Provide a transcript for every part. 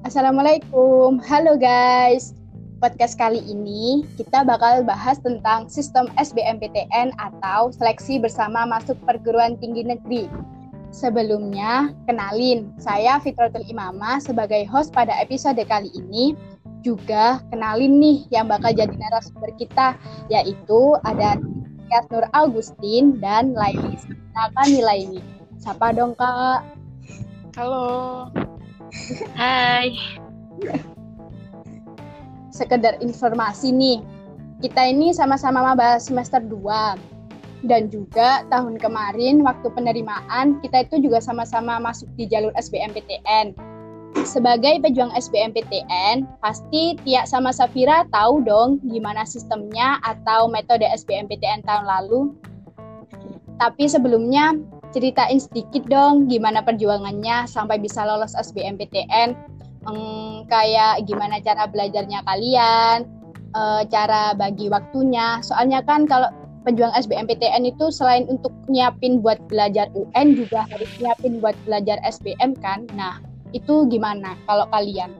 Assalamualaikum, halo guys. Podcast kali ini kita bakal bahas tentang sistem SBMPTN atau seleksi bersama masuk perguruan tinggi negeri. Sebelumnya, kenalin, saya Fitratul Imamah sebagai host pada episode kali ini. Juga kenalin nih yang bakal jadi narasumber kita, yaitu ada Nur Augustin dan Laini Laini. Sapa dong Kak. Halo. Hai. Sekedar informasi nih, kita ini sama-sama maba semester 2. Dan juga tahun kemarin waktu penerimaan, kita itu juga sama-sama masuk di jalur SBMPTN. Sebagai pejuang SBMPTN, pasti Tia sama Safira tahu dong gimana sistemnya atau metode SBMPTN tahun lalu. Tapi sebelumnya, ceritain sedikit dong gimana perjuangannya sampai bisa lolos SBMPTN. Kayak gimana cara belajarnya kalian, cara bagi waktunya. Soalnya kan kalau pejuang SBMPTN itu selain untuk nyiapin buat belajar UN juga harus nyiapin buat belajar SBM kan. Nah, itu gimana kalau kalian?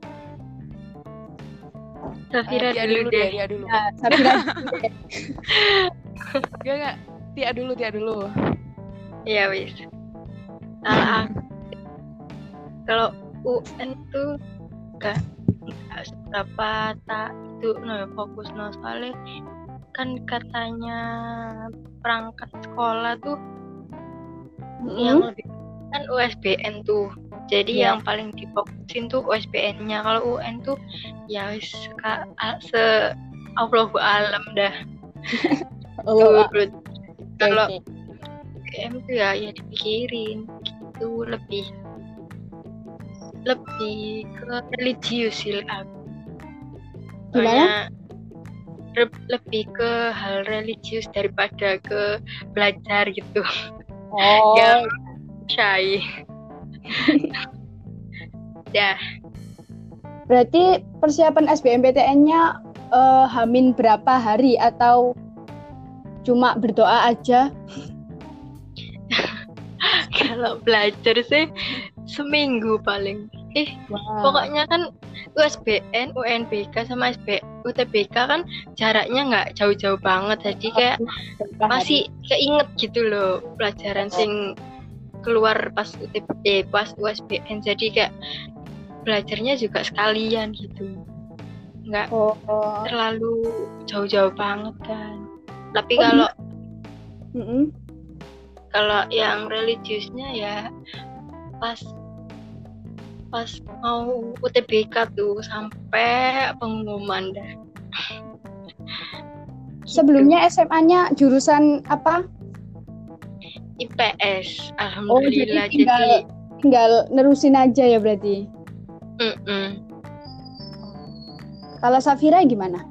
Safira dulu deh. Tia dulu. Nah, Safira dulu deh. Enggak. Tia dulu. Iya wis. Kalau UN tuh gak seberapa tak itu fokus soalnya kan katanya perangkat sekolah tuh yang lebih kan USBN tuh. Jadi yang paling difokusin tuh USBN-nya. Kalau UN tuh ya wis Allahu alam dah. Kalau UM tuh ya dipikirin gitu, lebih ke religius sih aku. Gimana? Lebih ke hal religius daripada ke belajar gitu. Oh. Yang shy. Dah. Berarti persiapan SBMPTN-nya hamin berapa hari atau cuma berdoa aja? Kalau belajar sih seminggu paling. Pokoknya kan USBN, UNBK sama UTBK kan jaraknya nggak jauh-jauh banget, jadi kayak masih keinget gitu loh pelajaran sing keluar pas pas USBN, jadi kayak belajarnya juga sekalian gitu, nggak terlalu jauh-jauh banget kan. Tapi kalau yang religiusnya ya pas mau UTBK tuh sampai pengumuman dah. Sebelumnya SMA-nya jurusan apa? IPS, alhamdulillah. Jadi tinggal nerusin aja ya berarti. Kalau Safira gimana?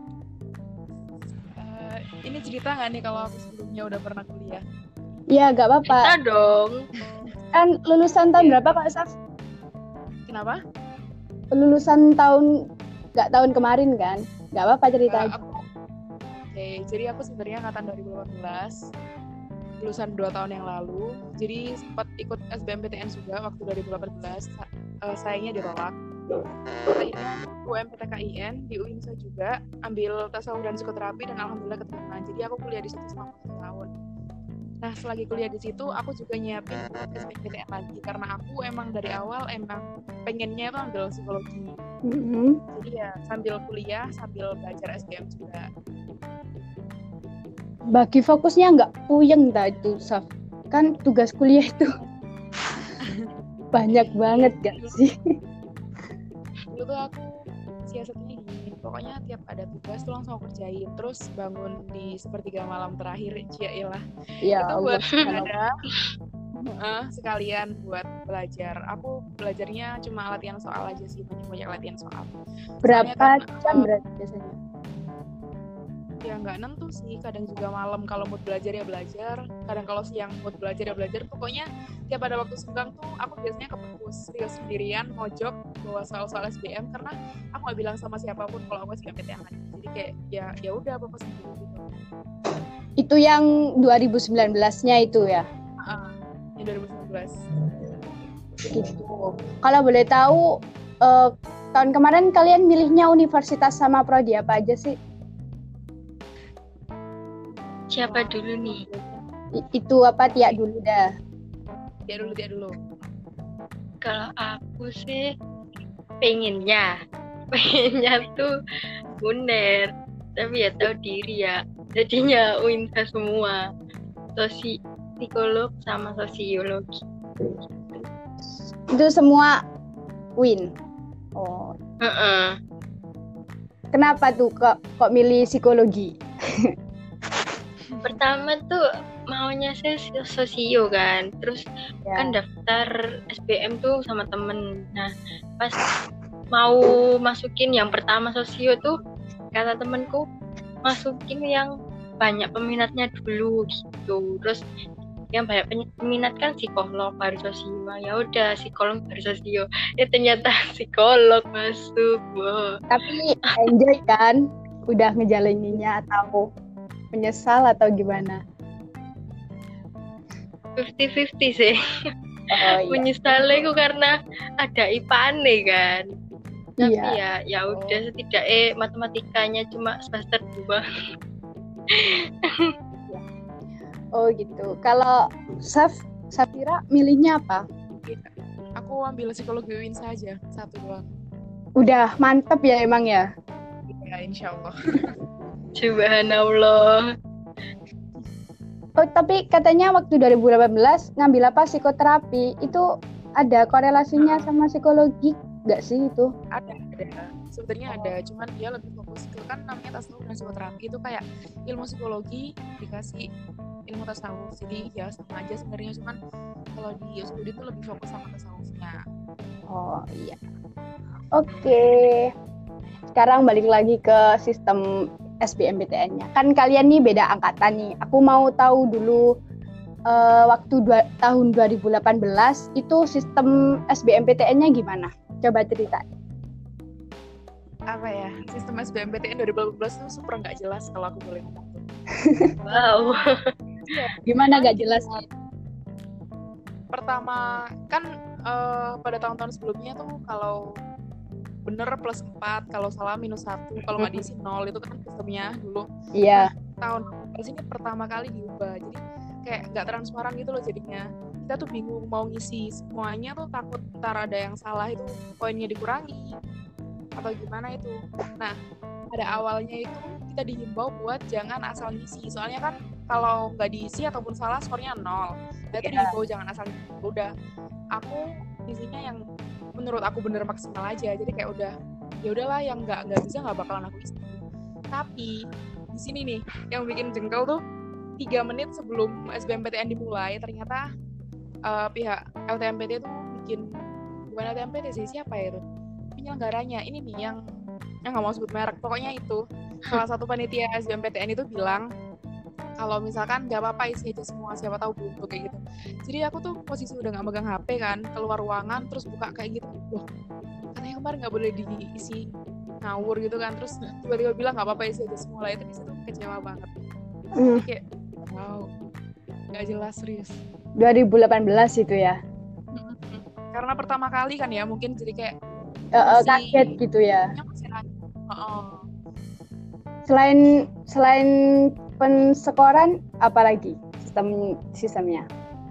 Ini cerita nggak nih kalau aku sebelumnya udah pernah kuliah? Iya, nggak apa-apa. Cerita dong. Kan lulusan tahun berapa Kak Saf? Kenapa? Lulusan nggak tahun kemarin kan? Nggak apa-apa cerita aja. Oke, jadi aku sebenarnya angkatan 2018, lulusan 2 tahun yang lalu. Jadi sempat ikut SBMPTN juga waktu 2018. Sayangnya ditolak. Akhirnya UMPTKIN di UINSA juga, ambil tasawuf dan psikoterapi dan alhamdulillah keterima. Jadi aku kuliah di situ selama 1 tahun. Nah, selagi kuliah di situ, aku juga nyiapin SBMPTN lagi karena aku emang dari awal pengennya tuh ambil psikologi. Jadi ya sambil kuliah, sambil belajar SBM juga. Bagi fokusnya nggak puyeng itu, Saf? Kan tugas kuliah itu banyak banget gak sih? Dulu tuh aku siasatnya gini, pokoknya tiap ada tugas tuh langsung aku kerjain, terus bangun di sepertiga malam terakhir, ciailah. Ya, itu buat ada sekalian buat belajar. Aku belajarnya cuma latihan soal aja sih, banyak latihan soal. Berapa jam berarti biasanya? Ya nggak nentu sih, kadang juga malam kalau mood belajar ya belajar, kadang kalau siang mood belajar ya belajar. Pokoknya tiap ada waktu senggang tuh aku biasanya ke perpus serius sendirian, mojok bawa soal-soal SBM karena aku nggak bilang sama siapapun kalau aku SBMPTN lagi. Jadi kayak ya udah apa sendiri gitu. Itu yang 2019-nya itu ya? Yang 2019. Gitu. Kalau boleh tahu tahun kemarin kalian milihnya universitas sama prodi apa aja sih? Siapa dulu nih? Itu apa Tia dulu dah. Dia dulu. Kalau aku sih pengennya tuh UNER, tapi ya tahu diri ya, jadinya UINSA semua, psikolog sama sosiologi. Itu semua win. Oh. Kenapa tuh kok milih psikologi? Pertama tuh maunya saya sosio kan, terus kan daftar SBM tuh sama temen. Nah pas mau masukin yang pertama sosio tuh kata temenku masukin yang banyak peminatnya dulu gitu. Terus yang banyak peminat kan psikolog baru sosio. Ya udah psikolog baru sosio. Ternyata psikolog masuk. Wow. Tapi enjoy kan? Udah ngejalaninnya atau menyesal atau gimana? 50-50 sih. Oh, iya. Menyesalnya aku karena ada IPA-nya kan. Tapi ya udah setidaknya matematikanya cuma semester 2. Oh gitu. Kalau Safira milihnya apa? Aku ambil psikologi UIN saja, satu doang. Udah mantep ya emang ya? Ya insya Allah. Subhanallah. Oh tapi katanya waktu 2018 ngambil apa psikoterapi itu ada korelasinya sama psikologi nggak sih itu? Ada. Sebenarnya ada, cuman dia lebih fokus ke kan namanya tasawuf dan psikoterapi itu kayak ilmu psikologi dikasih ilmu tasawuf, jadi ya sama aja sebenarnya, cuman kalau di studi itu lebih fokus sama tasawufnya. Oh iya. Oke. Sekarang balik lagi ke sistem SBMPTN-nya. Kan kalian nih beda angkatan nih. Aku mau tahu dulu waktu tahun 2018 itu sistem SBMPTN-nya gimana? Coba cerita. Apa ya? Sistem SBMPTN 2018 itu super nggak jelas kalau aku boleh ngomong tuh. Wow. Gimana nggak jelas? Pertama kan pada tahun-tahun sebelumnya tuh kalau bener plus 4, kalau salah minus 1, kalau nggak diisi 0, itu kan sistemnya dulu. Iya. Tahun ini pertama kali diubah, jadi kayak nggak transparan gitu loh jadinya. Kita tuh bingung mau ngisi semuanya tuh, takut ntar ada yang salah itu poinnya dikurangi atau gimana itu. Nah pada awalnya itu kita dihimbau buat jangan asal ngisi, soalnya kan kalau nggak diisi ataupun salah skornya 0. Nah itu dihimbau jangan asal ngisi. Udah aku isinya yang menurut aku bener maksimal aja, jadi kayak udah ya udahlah, yang nggak bisa nggak bakalan aku isi. Tapi di sini nih yang bikin jengkel tuh 3 menit sebelum SBMPTN dimulai ternyata pihak LTMPT tuh bikin, bukan LTMPT sih, siapa ya itu penyelenggaranya ini nih yang nggak mau sebut merek, pokoknya itu salah satu panitia SBMPTN itu bilang kalau misalkan nggak apa-apa isi aja semua, siapa tahu buntu kayak gitu. Jadi aku tuh posisi udah nggak megang HP kan, keluar ruangan terus buka kayak gitu, loh katanya kemarin nggak boleh diisi, ngawur gitu kan, terus tiba-tiba bilang nggak apa-apa isi aja semua. Lah itu di situ kecewa banget. Jadi kayak wow, nggak jelas, serius. 2018 itu ya? Karena pertama kali kan ya, mungkin jadi kayak kaget gitu ya. Selain pensekoran apalagi sistemnya?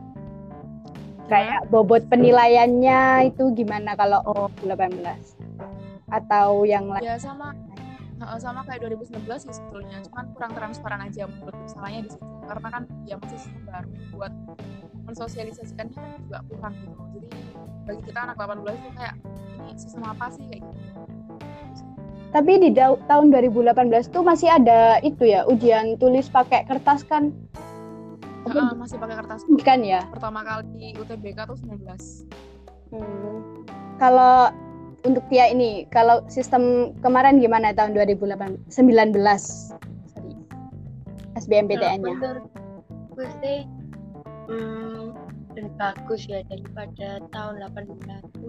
Kayak bobot penilaiannya itu gimana kalau 18 atau yang lain? Ya sama kayak 2019 sih sebetulnya, cuman kurang transparan aja menurut salahnya di situ, karena kan ya masih sistem baru, buat mensosialisasikannya kan juga kurang gitu. Jadi bagi kita anak 18 itu kayak ini sistem apa sih kayak gitu. Tapi di tahun 2018 tuh masih ada itu ya, ujian tulis pakai kertas kan? Masih pakai kertas kan ya? Pertama kali UTBK tuh 19. Kalau untuk Tia ini, kalau sistem kemarin gimana tahun 2019? Sorry. SBMPTN-nya. Menurutku sih lebih bagus ya daripada tahun 18.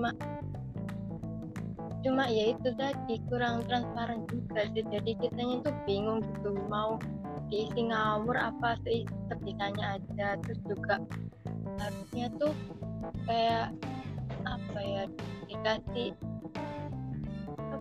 Cuma ya itu tadi kurang transparan juga sih, jadi kitanya tuh bingung gitu mau diisi ngawur apa sih sebisanya aja. Terus juga harusnya tuh kayak apa ya, dikasih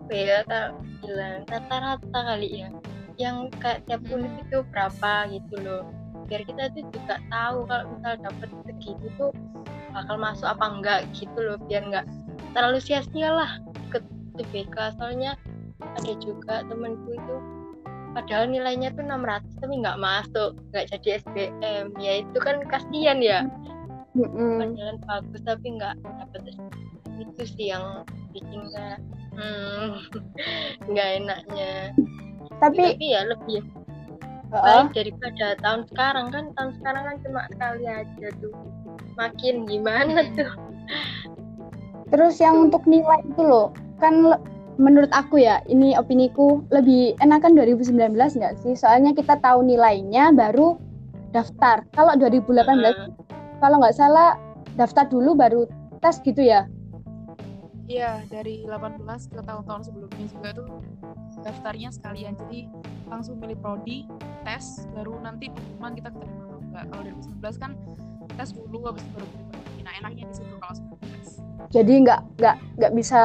apa ya tak bilang rata-rata kali ya, yang kayak tiap unit itu berapa gitu loh, biar kita tuh juga tahu kalau misal dapet segitu tuh bakal masuk apa enggak gitu loh, biar enggak terlalu sia-sia lah ikut UTBK. Soalnya ada juga temanku itu padahal nilainya tuh 600 tapi nggak masuk, nggak jadi SBM, ya itu kan kasihan ya. Padahal bagus tapi nggak dapet SBM, itu sih yang bikin kayak nggak enaknya. Tapi ya lebih baik daripada tahun sekarang kan. Tahun sekarang kan cuma sekali aja tuh, makin gimana tuh. Terus yang untuk nilai itu loh, kan menurut aku ya, ini opiniku, lebih enakan 2019 nggak sih? Soalnya kita tahu nilainya baru daftar. Kalau 2018 kalau nggak salah daftar dulu baru tes gitu ya? Iya, dari 18 ke tahun-tahun sebelumnya juga tuh daftarnya sekalian. Jadi langsung milih prodi, tes, baru nanti pengumuman kita keterima atau enggak. Kalau 2019 kan tes dulu, habis itu baru milih prodi. Nah, enaknya di situ kalau sekarang tes. Jadi nggak bisa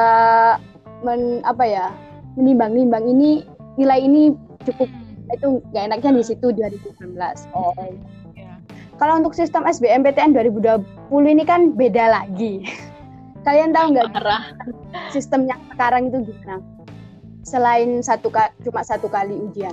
menimbang-nimbang ini nilai ini cukup, itu nggak enaknya di situ 2019. Oh. Yeah. Kalau untuk sistem SBMPTN 2020 ini kan beda lagi. Kalian tahu nggak sistem yang sekarang itu gimana? Selain cuma satu kali ujian.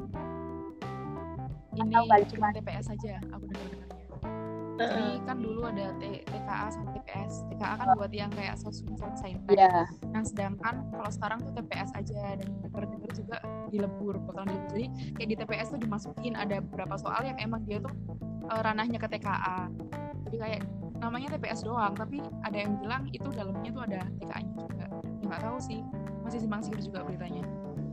Ini cuma TPS saja, aku dengar-dengarnya. Jadi kan dulu ada TKA sama TPS. TKA kan buat yang kayak sosum sama saintek. Yeah. Nah, sedangkan kalau sekarang tuh TPS aja, dan dengar-dengar juga dilebur, bakal dilebur. Jadi kayak di TPS tuh dimasukin ada beberapa soal yang emang dia tuh ranahnya ke TKA. Jadi kayak namanya TPS doang, tapi ada yang bilang itu dalamnya tuh ada TKA-nya juga. Ya nggak tahu sih, masih simpang siur juga beritanya.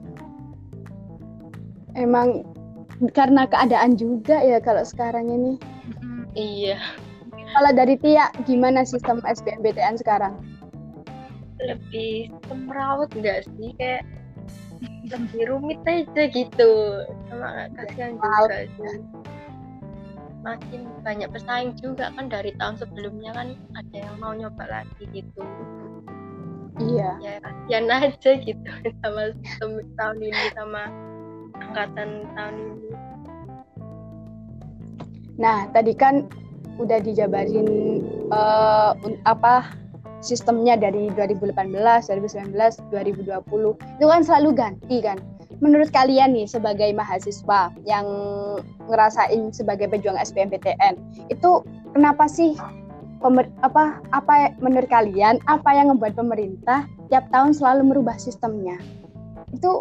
Emang karena keadaan juga ya kalau sekarang ini. Iya. Kalau dari Tia, gimana sistem SBMPTN sekarang? Lebih semrawut nggak sih, kayak lebih rumit aja gitu, sama kasihan juga sih. Makin banyak pesaing juga kan, dari tahun sebelumnya kan ada yang mau nyoba lagi gitu. Iya. Ya kasihan aja gitu sama sistem tahun ini sama angkatan tahun ini. Nah, tadi kan udah dijabarin sistemnya dari 2018, 2019, 2020. Itu kan selalu ganti kan. Menurut kalian nih sebagai mahasiswa yang ngerasain sebagai pejuang SBMPTN, itu kenapa sih menurut kalian apa yang membuat pemerintah tiap tahun selalu merubah sistemnya? Itu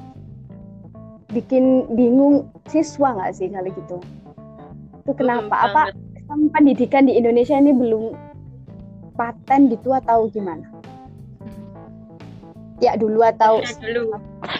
bikin bingung siswa nggak sih kalau gitu? Itu kenapa? Apa sistem pendidikan di Indonesia ini belum paten gitu atau gimana? Ya dulu atau dulu.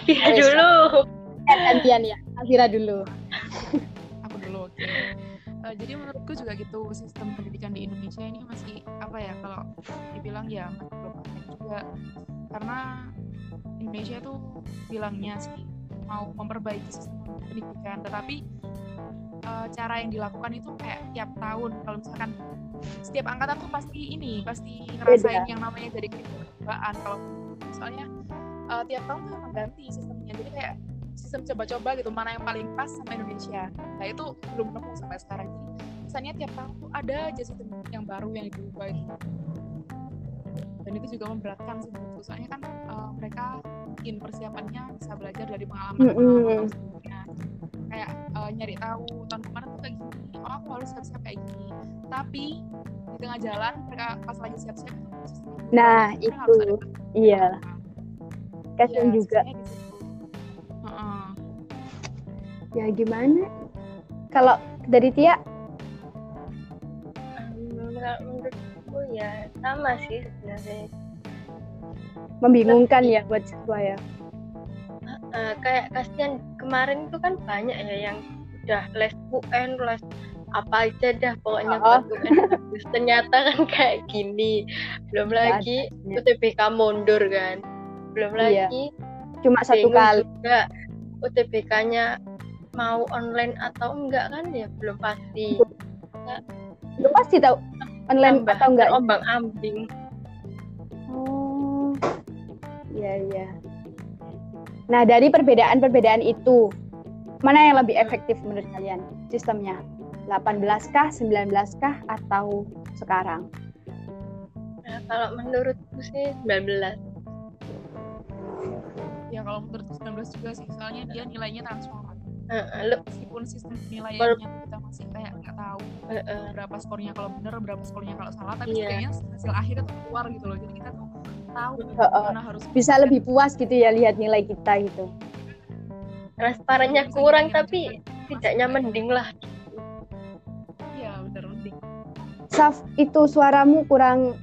Gantian ya, Azira dulu. Aku dulu. Okay. Jadi menurutku juga gitu, sistem pendidikan di Indonesia ini masih kalau dibilang ya masih belum paten juga, karena Indonesia tuh bilangnya sih mau memperbaiki sistem pendidikan, tetapi cara yang dilakukan itu kayak tiap tahun. Kalau misalkan setiap angkatan tuh pasti ngerasain yang namanya jadi percobaan. Kalau soalnya tiap tahun tuh emang ganti sistemnya, jadi kayak sistem coba-coba gitu, mana yang paling pas sama Indonesia. Nah itu belum nemu sampai sekarang. Jadi misalnya tiap tahun tuh ada aja sistem yang baru yang diubah itu. Dan itu juga memberatkan sih menurutku. Soalnya kan mereka mungkin persiapannya bisa belajar dari pengalaman sebelumnya. Kayak nyari tahu tahun kemarin tuh kayak gini, aku harus siap-siap kayak gini. Tapi di tengah jalan mereka pas lagi siap-siap itu itu iya. Kasian juga. Ya gimana? Kalau dari Tia? Menurutku ya sama sih sebenarnya. Membingungkan ya buat siswa ya. Kayak kasihan kemarin itu kan banyak ya yang udah les UN, les apa aja dah pokoknya UN bagus. Ternyata kan kayak gini. Belum lagi UTBK mundur kan. Belum lagi cuma satu kali juga UTBK-nya mau online atau enggak kan ya belum pasti. Belum pasti tahu online atau enggak. Ombang-ambing. Oh. Iya. Nah, dari perbedaan-perbedaan itu, mana yang lebih efektif menurut kalian sistemnya? 18 kah, 19 kah, atau sekarang? Nah, kalau menurutku sih 19. Ya kalau menurut 19 juga sih, soalnya dia nilainya transparan. Lu Meskipun sistem penilaiannya kita masih kayak nggak tahu berapa skornya kalau bener, berapa skornya kalau salah, tapi Iya. kayaknya hasil akhirnya tuh keluar gitu loh. Jadi kita tuh tahu mana harus Bisa lebih puas gitu ya lihat nilai kita gitu. transparannya kurang tapi tidaknya mending lah. Iya, bener mending. Saf, itu suaramu kurang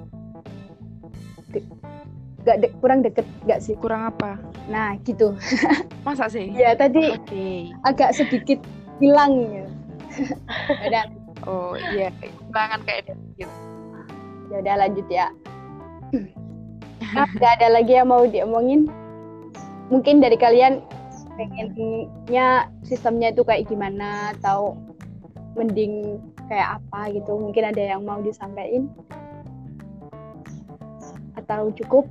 kurang deket gak sih? Kurang apa? Nah, gitu. Masa sih? Ya, tadi Oke. agak sedikit hilang ya. Udah. Oh iya, hilangan kayak gitu. Ya udah lanjut ya. Nah, gak ada lagi yang mau diomongin? Mungkin dari kalian pengennya sistemnya itu kayak gimana atau mending kayak apa gitu? Mungkin ada yang mau disampaikan? Atau cukup?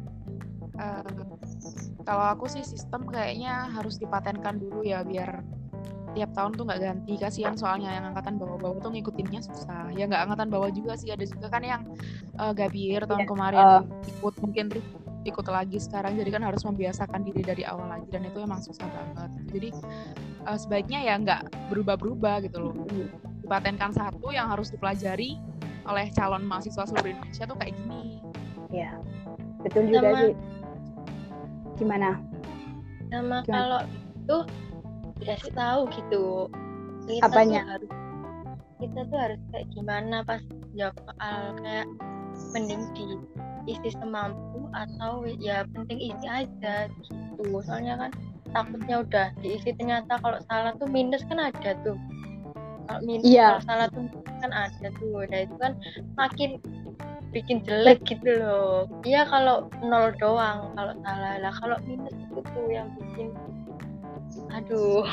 Kalau aku sih sistem kayaknya harus dipatenkan dulu ya, biar tiap tahun tuh nggak ganti. Kasihan soalnya yang angkatan bawah-bawah tuh ngikutinnya susah. Ya nggak angkatan bawah juga sih, ada juga kan yang gabir tahun kemarin ikut lagi sekarang, jadi kan harus membiasakan diri dari awal lagi, dan itu emang susah banget. Jadi sebaiknya ya nggak berubah-berubah gitu loh. Dipatenkan satu yang harus dipelajari oleh calon mahasiswa seluruh Indonesia tuh kayak gini. Ya, betul juga sih. Gimana? Kalau itu dikasih tahu gitu. Apanya? Kita tuh harus kayak gimana pas jawab soal, kayak mending diisi semampu atau ya penting isi aja gitu. Soalnya kan takutnya udah diisi ternyata kalau salah tuh minus kan ada tuh. Kalau minus kalau salah tuh kan ada tuh. Nah itu kan makin bikin jelek gitu loh. Iya kalau 0 doang kalau salah lah, kalau minus itu tuh yang bikin aduh.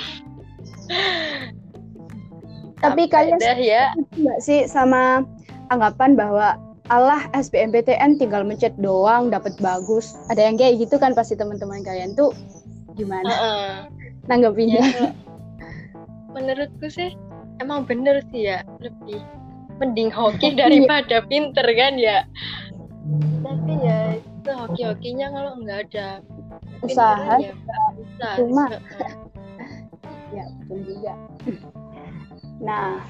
Tapi kalian ya nggak sih sama anggapan bahwa Allah SBMPTN tinggal mencet doang dapat bagus? Ada yang kayak gitu kan pasti teman-teman kalian tuh gimana? Nanggepinnya? Ya, menurutku sih emang bener sih ya, lebih mending hoki daripada pinter kan ya. Tapi ya itu hoki-hokinya kalau nggak ada usaha ya bisa. Cuma ya betul juga. Nah,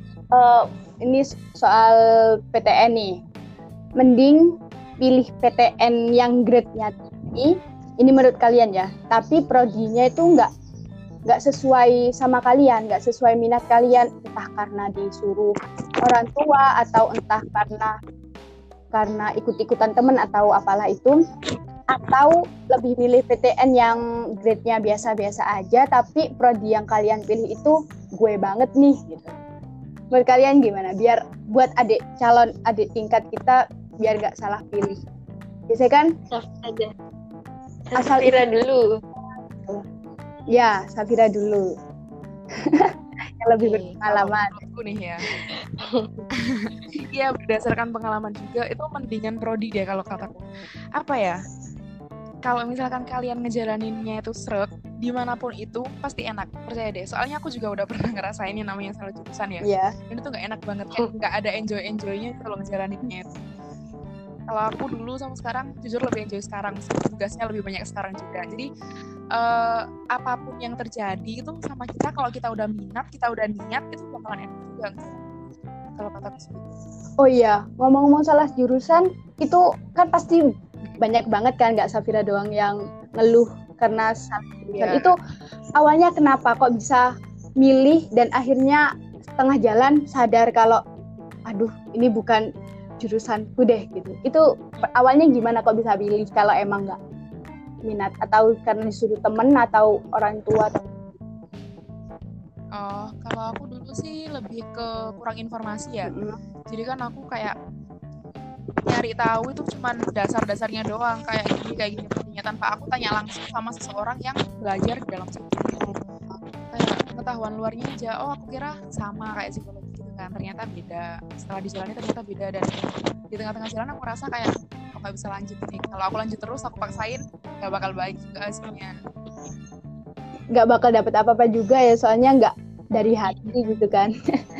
ini soal PTN nih. Mending pilih PTN yang grade-nya tinggi. Ini menurut kalian ya. Tapi prodinya itu nggak sesuai sama kalian, nggak sesuai minat kalian, entah karena disuruh orang tua atau entah karena ikut-ikutan teman atau apalah itu, atau lebih pilih PTN yang grade-nya biasa-biasa aja tapi prodi yang kalian pilih itu gue banget nih gitu. Menurut kalian gimana? Biar buat calon adik tingkat kita biar nggak salah pilih. Biasanya kan aja. Asal Safira dulu. Ya, Safira dulu. Yang lebih berpengalaman. Aku nih ya. Iya, berdasarkan pengalaman juga itu mendingan prodi deh kalau kataku. Apa ya? Kalau misalkan kalian ngejalaninnya itu seret, dimanapun itu pasti enak, percaya deh. Soalnya aku juga udah pernah ngerasain yang namanya salah jurusan ya. Yeah. Dan itu nggak enak banget, kayak nggak ada enjoy-enjoynya kalau ngejalaninnya itu. Kalau aku dulu sama sekarang, jujur lebih enjoy sekarang. Tugasnya lebih banyak sekarang juga. Jadi apapun yang terjadi itu sama kita, kalau kita udah minat, kita udah niat, itu bakalan enak juga. Kalau kataku seperti. Oh iya, ngomong-ngomong salah jurusan, itu kan pasti banyak banget kan, nggak Safira doang yang ngeluh karena salah jurusan. Yeah. Itu awalnya kenapa kok bisa milih dan akhirnya setengah jalan sadar kalau aduh ini bukan jurusanku deh gitu. Itu awalnya gimana kok bisa pilih kalau emang nggak minat, atau karena disuruh temen atau orang tua? Kalau aku dulu sih lebih ke kurang informasi ya. Jadi kan aku kayak nyari tahu itu cuman dasar-dasarnya doang, kayak gini pentingnya, tanpa aku tanya langsung sama seseorang yang belajar di dalam situ. Kayak pengetahuan luarnya aja, aku kira sama kayak psikologi gitu kan, ternyata beda. Setelah dijalani ternyata beda, dan di tengah-tengah jalan aku merasa kayak nggak bisa lanjut nih. Kalau aku lanjut terus, aku paksain nggak bakal baik juga hasilnya. nggak bakal dapet apa-apa juga ya, soalnya nggak dari hati gitu kan.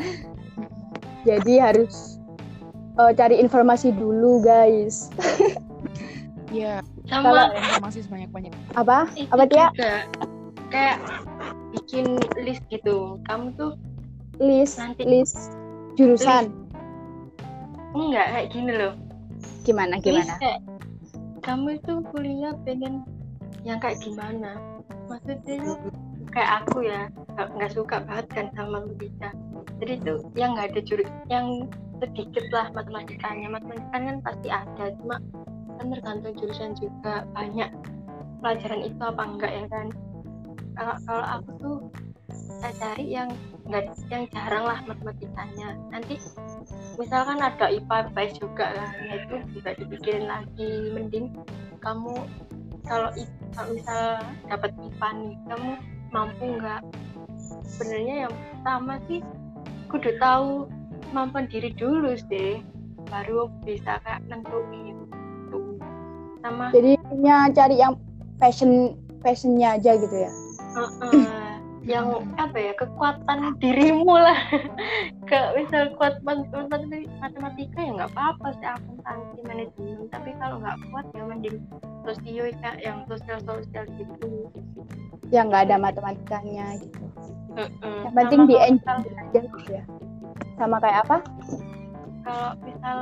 Jadi harus cari informasi dulu guys. Iya, Sama informasi sebanyak-banyak. Apa itu Tia? juga kayak bikin list gitu. Kamu tuh List jurusan. enggak kayak gini loh. Gimana? List kayak kamu itu kuliah pengen yang kayak gimana? Maksudnya itu kayak aku ya nggak suka banget kan sama logika. Jadi itu yang nggak ada yang sedikit lah matematikanya kan pasti ada, cuma kan tergantung jurusan juga, banyak pelajaran itu apa enggak ya kan. Kalau aku tuh saya cari yang jarang lah matematikanya. Nanti misalkan ada IPA IPS juga lah, ya itu juga dipikirin lagi. Mending kamu kalau misal dapat IPA nih, kamu mampu nggak? Sebenarnya yang pertama sih kudu tahu kemampuan diri dulu sih, baru bisa kayak nentuin tuh. Sama Jadi cari yang passionnya aja gitu ya. Yang apa ya, kekuatan dirimu lah. Misal kuat matematika ya nggak apa-apa sih, akuntansi, manajemen. Tapi kalau nggak kuat ya mending sosio, kayak yang sosial gitu. Yang nggak ada matematikanya gitu. Yang penting Sama di kalau enjoy aja gitu ya. Sama kayak apa? Kalau misal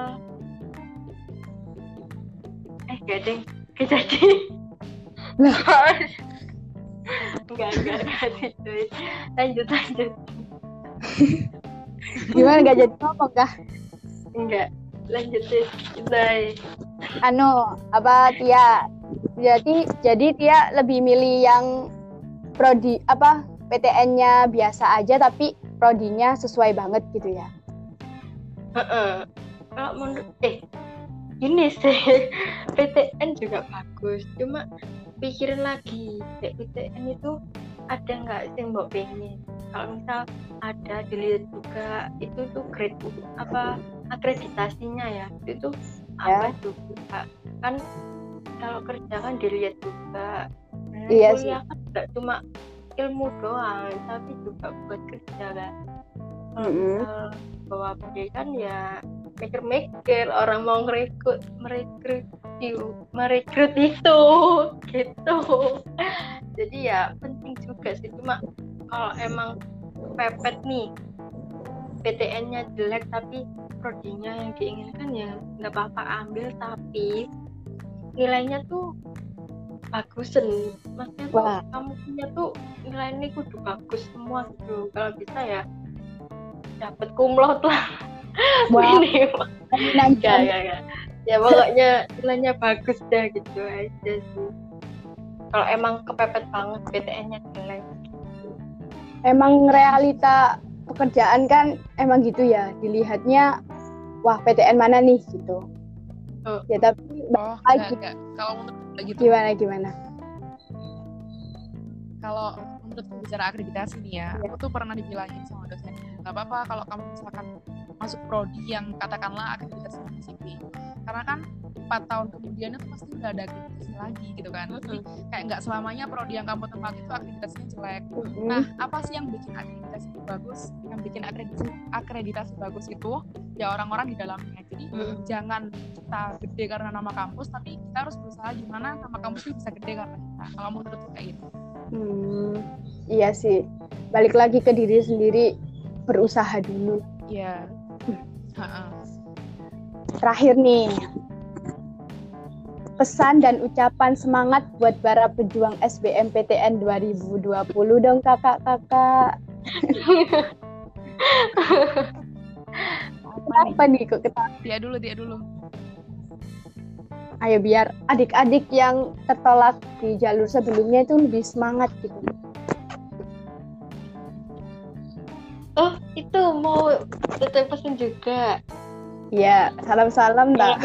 gak deh, jadi enggak sih cuy. Lanjut Gimana, nggak jadi ngomong kah? enggak, lanjut deh Day. Apa Tia? Jadi Tia lebih milih yang prodi apa PTN-nya biasa aja tapi prodinya sesuai banget gitu ya. Kalau menurut ini sih PTN juga bagus, cuma pikirin lagi kayak PTN itu ada nggak sih mbak pengen. Kalau misal ada, dilihat juga itu tuh grade apa akreditasinya ya, itu apa juga kan. Kalau kerja kan dilihat juga. Iya kuliah kan nggak cuma ilmu doang, tapi juga buat kerja kan. Kalau misal bawa pendidikan ya mikir-mikir orang mau merekrut itu gitu. Jadi ya penting juga sih, cuma kalau emang pepet nih PTN-nya jelek tapi prodinya yang diinginkan ya nggak apa-apa ambil, tapi nilainya tuh bagusan. Maksudnya tuh kamu punya tuh nilainya kudu bagus semua gitu. Kalau bisa ya dapat kumlot lah. Minimal. Enggak. Ya pokoknya nilainya bagus deh gitu aja sih. Kalau emang kepepet banget PTN-nya jelek. Emang realita pekerjaan kan emang gitu ya, dilihatnya wah PTN mana nih gitu. Ya tapi enggak. Kalau menurut gitu. Gimana? Kalau menurut bicara akreditasi nih ya, aku tuh pernah dibilangin sama dosen, nggak apa-apa kalau kamu misalkan masuk prodi yang katakanlah akreditasinya masih B, karena kan 4 tahun kemudian itu pasti udah ada akreditasi lagi gitu kan. Jadi kayak nggak selamanya prodi yang kamu tempati itu akreditasinya jelek. Nah, apa sih yang bikin akreditasi itu bagus? Yang bikin akreditasi bagus itu ya orang-orang di dalamnya. Jadi jangan kita gede karena nama kampus, tapi kita harus berusaha gimana nama kampus itu bisa gede karena kita. Kalau menurutku kayak gitu. Iya sih, balik lagi ke diri sendiri, berusaha dulu. Iya. Terakhir nih, pesan dan ucapan semangat buat para pejuang SBMPTN 2020 dong kakak-kakak. Apa nih kok ketawa? Dia dulu. Ayo biar adik-adik yang tertolak di jalur sebelumnya itu lebih semangat gitu. Oh, itu mau tetap pesan juga. Iya, salam-salam Mbak.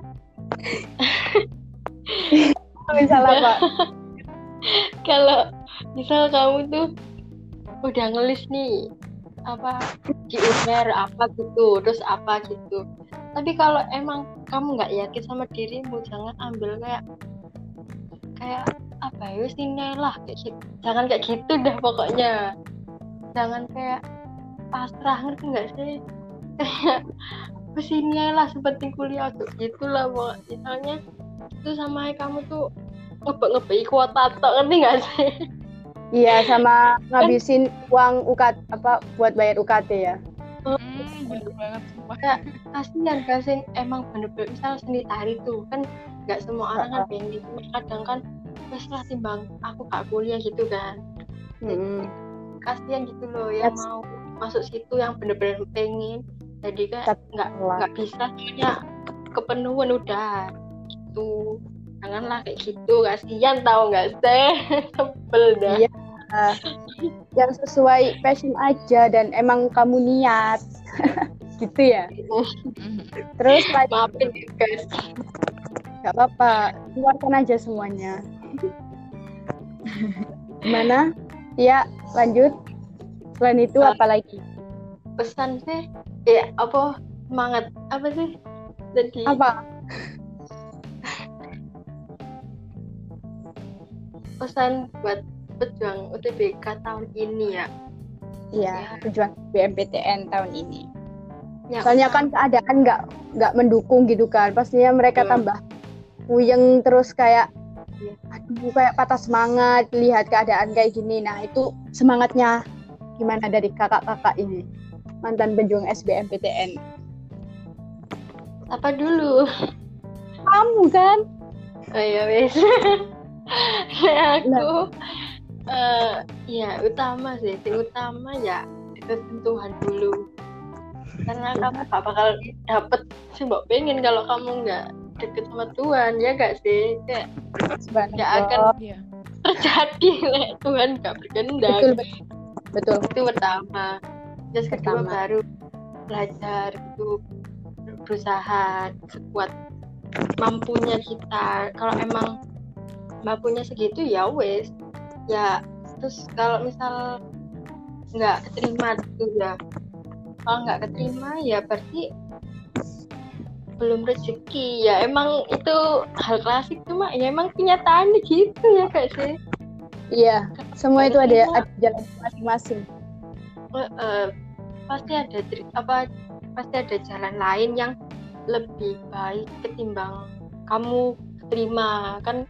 Misal apa? Kalau misal kamu tuh udah ngelis nih apa di UNER apa gitu, terus apa gitu. Tapi kalau emang kamu nggak yakin sama dirimu, jangan ambil kayak apa ya sini lah kayak gitu. Jangan kayak gitu dah pokoknya. Jangan kayak pasrah, ngerti nggak sih? Kayak kesini lah seperti kuliah tuh gitulah pokoknya. Misalnya itu sama kamu tuh ngebei kuota tok, ngerti nggak sih? Iya, sama ngabisin uang buat bayar UKT ya. Bener banget sumpah. Kayak kasihan kasih emang bener-bener misal seni tari tuh kan nggak semua orang kan pengen gitu, kadang kan wes lah timbang aku gak kuliah gitu kan. Kasihan gitu loh yang mau masuk situ yang bener-bener pengen, jadi kan nggak bisa punya kepenuhan udah gitu. Janganlah kayak gitu, kasihan tahu nggak sih? Sebel dah. Iya. Yang sesuai passion aja dan emang kamu niat. Gitu ya. Terus maafin ya guys, nggak apa-apa, keluarkan aja semuanya. Gimana? Ya, lanjut. Selain itu apa lagi? Pesan sih ya apa, semangat apa sih jadi Apa? pesan buat pejuang UTBK tahun ini ya. Iya, pejuang SBMPTN tahun ini. Ya, Soalnya kan keadaan nggak mendukung gitu kan. Pastinya mereka tambah puyeng terus kayak aduh kayak patah semangat lihat keadaan kayak gini. Nah, itu semangatnya gimana dari kakak-kakak ini? Mantan pejuang SBMPTN. apa dulu? Kamu kan? Oh ya wes. Aku ya utama sih, yang utama ya deketin Tuhan dulu. Karena kamu gak bakal dapet sih mbak pengen kalau kamu nggak deket sama Tuhan, ya gak sih? Kayak nggak akan terjadi Tuhan nggak berkehendak. Betul. Itu pertama. Terus kedua baru belajar itu, berusaha sekuat mampunya kita. Kalau emang mampunya segitu ya wes ya. Terus kalau misal nggak keterima tuh ya, kalau nggak keterima ya berarti belum rezeki ya. Emang itu hal klasik, cuma ya emang kenyataannya gitu ya gak sih? Iya, semua itu ada jalan masing-masing. Pasti ada jalan lain yang lebih baik ketimbang kamu terima kan.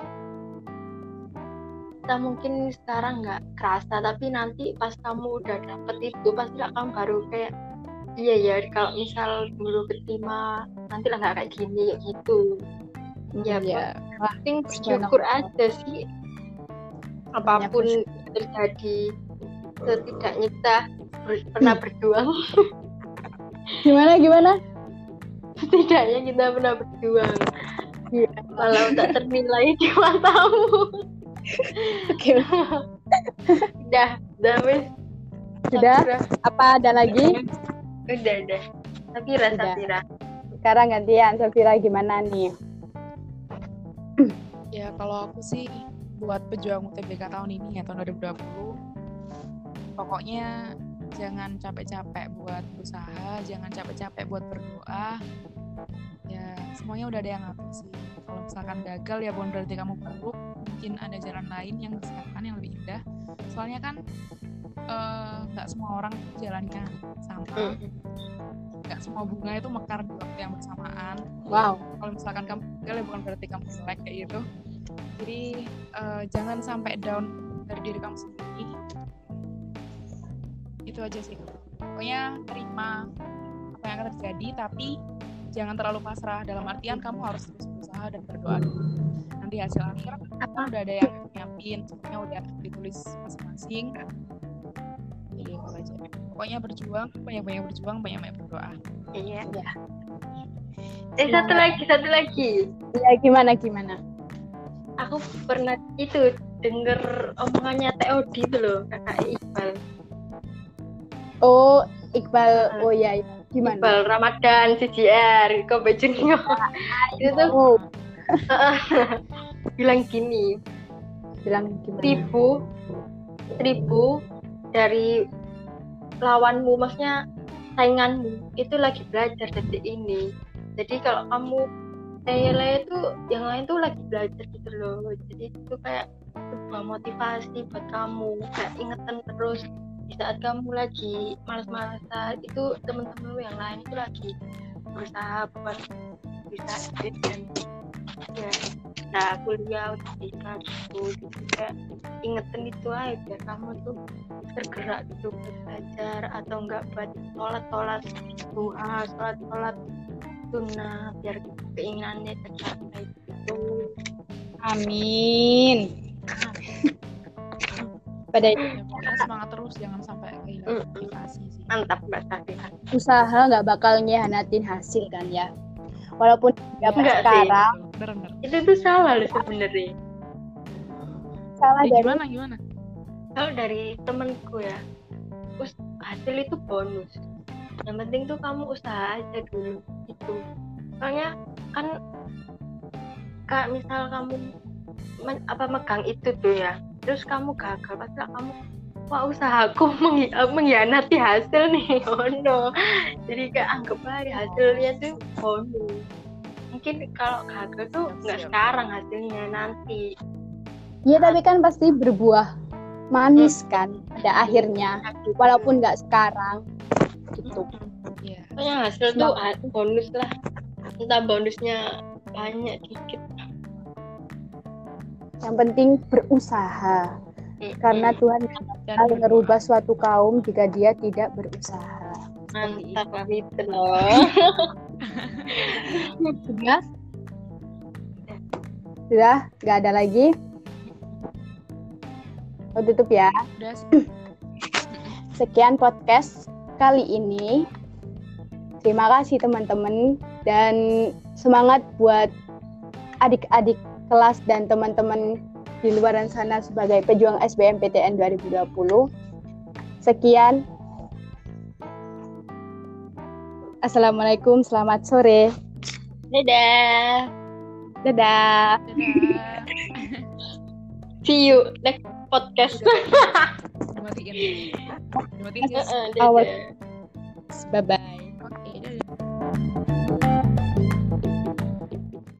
Kita mungkin sekarang nggak kerasa, tapi nanti pas kamu udah dapet itu pasti lah kamu baru kayak iya ya, kalau misal dulu keterima nanti lah nggak kayak gini kayak gitu ya. Penting bersyukur aja sih, apapun terjadi setidaknya kita pernah berjuang. Gimana? Setidaknya kita pernah berjuang. Walau tak ternilai di matamu. Oke. Udah wes. Sudah? Apa ada lagi? Udah. Safira. Sekarang gantian, Safira gimana nih? Ya kalau aku sih buat pejuang UTBK tahun ini ya, tahun 2020, pokoknya jangan capek-capek buat berusaha, jangan capek-capek buat berdoa. Ya semuanya udah ada yang ngatur sih. Kalau misalkan gagal ya bukan berarti kamu buruk, mungkin ada jalan lain yang disiapkan yang lebih indah. Soalnya kan nggak semua orang jalannya sama, nggak semua bunga itu mekar di waktu yang bersamaan. Wow. Kalau misalkan kamu gagal ya bukan berarti kamu jelek kayak gitu. Jadi jangan sampai down dari diri kamu sendiri. Itu aja sih. Pokoknya terima apa yang akan terjadi, tapi jangan terlalu pasrah, dalam artian kamu harus terus berusaha dan berdoa dulu. Nanti hasil akhir udah ada yang nyiapin, semuanya udah ditulis masing-masing. Jadi itu aja. Pokoknya berjuang, banyak-banyak berjuang, banyak-banyak berdoa. Iya. Satu lagi. Ya gimana? Aku pernah itu denger omongannya TOD itu loh, kakak Iqbal. Oh, Iqbal. Oh ya. Gimana? Iqbal Ramadan CJR Kobe Junior. Itu tuh bilang gini. Seribu dari lawanmu, maksudnya sainganmu itu lagi belajar detik ini. Jadi kalau kamu Saya itu yang lain tuh lagi belajar gitu loh, jadi itu kayak sebuah motivasi buat kamu, kayak ingetan terus di saat kamu lagi malas-malasan itu teman-teman yang lain itu lagi berusaha buat bisa dan ya nah kuliah udah bisa gitu kayak ingetin itu aja biar kamu tuh tergerak gitu buat belajar atau enggak buat sholat duha, sholat sunnah biar keinginannya tercapai gitu. Amin. Pada Ya, pokoknya semangat terus, jangan sampai kehilangan motivasi sih. Mantap Mbak Safira. usaha nggak bakal ngehianatin hasil kan ya. Walaupun dapat Enggak sih. sekarang, Bener. Itu tuh salah loh sebenarnya. salah dari Gimana? Kalau dari temenku ya, hasil itu bonus. Yang penting tuh kamu usaha aja dulu gitu. Soalnya kan misal kamu megang itu tuh ya, terus kamu gagal, pasti kamu wah usahaku mengkhianati hasil nih, oh no. Jadi kayak anggap aja hasilnya tuh bonus. Mungkin kalau gagal tuh nggak sekarang hasilnya, nanti. Iya, tapi kan pasti berbuah manis kan pada akhirnya, walaupun nggak sekarang gitu. Iya. Pokoknya hasil tuh bonus lah, entah bonusnya banyak dikit. Yang penting berusaha, karena Tuhan Dan akan merubah suatu kaum jika dia tidak berusaha. Mantap lah itu loh. Sudah, nggak ada lagi. Oh, tutup ya. udah sih. Sekian podcast kali ini. Terima kasih teman-teman, dan semangat buat adik-adik kelas dan teman-teman di luar sana sebagai pejuang SBMPTN 2020. Sekian. Assalamualaikum, selamat sore. Dadah. Dadah. Dadah. See you next podcast. Dimatiin sis. Bye-bye.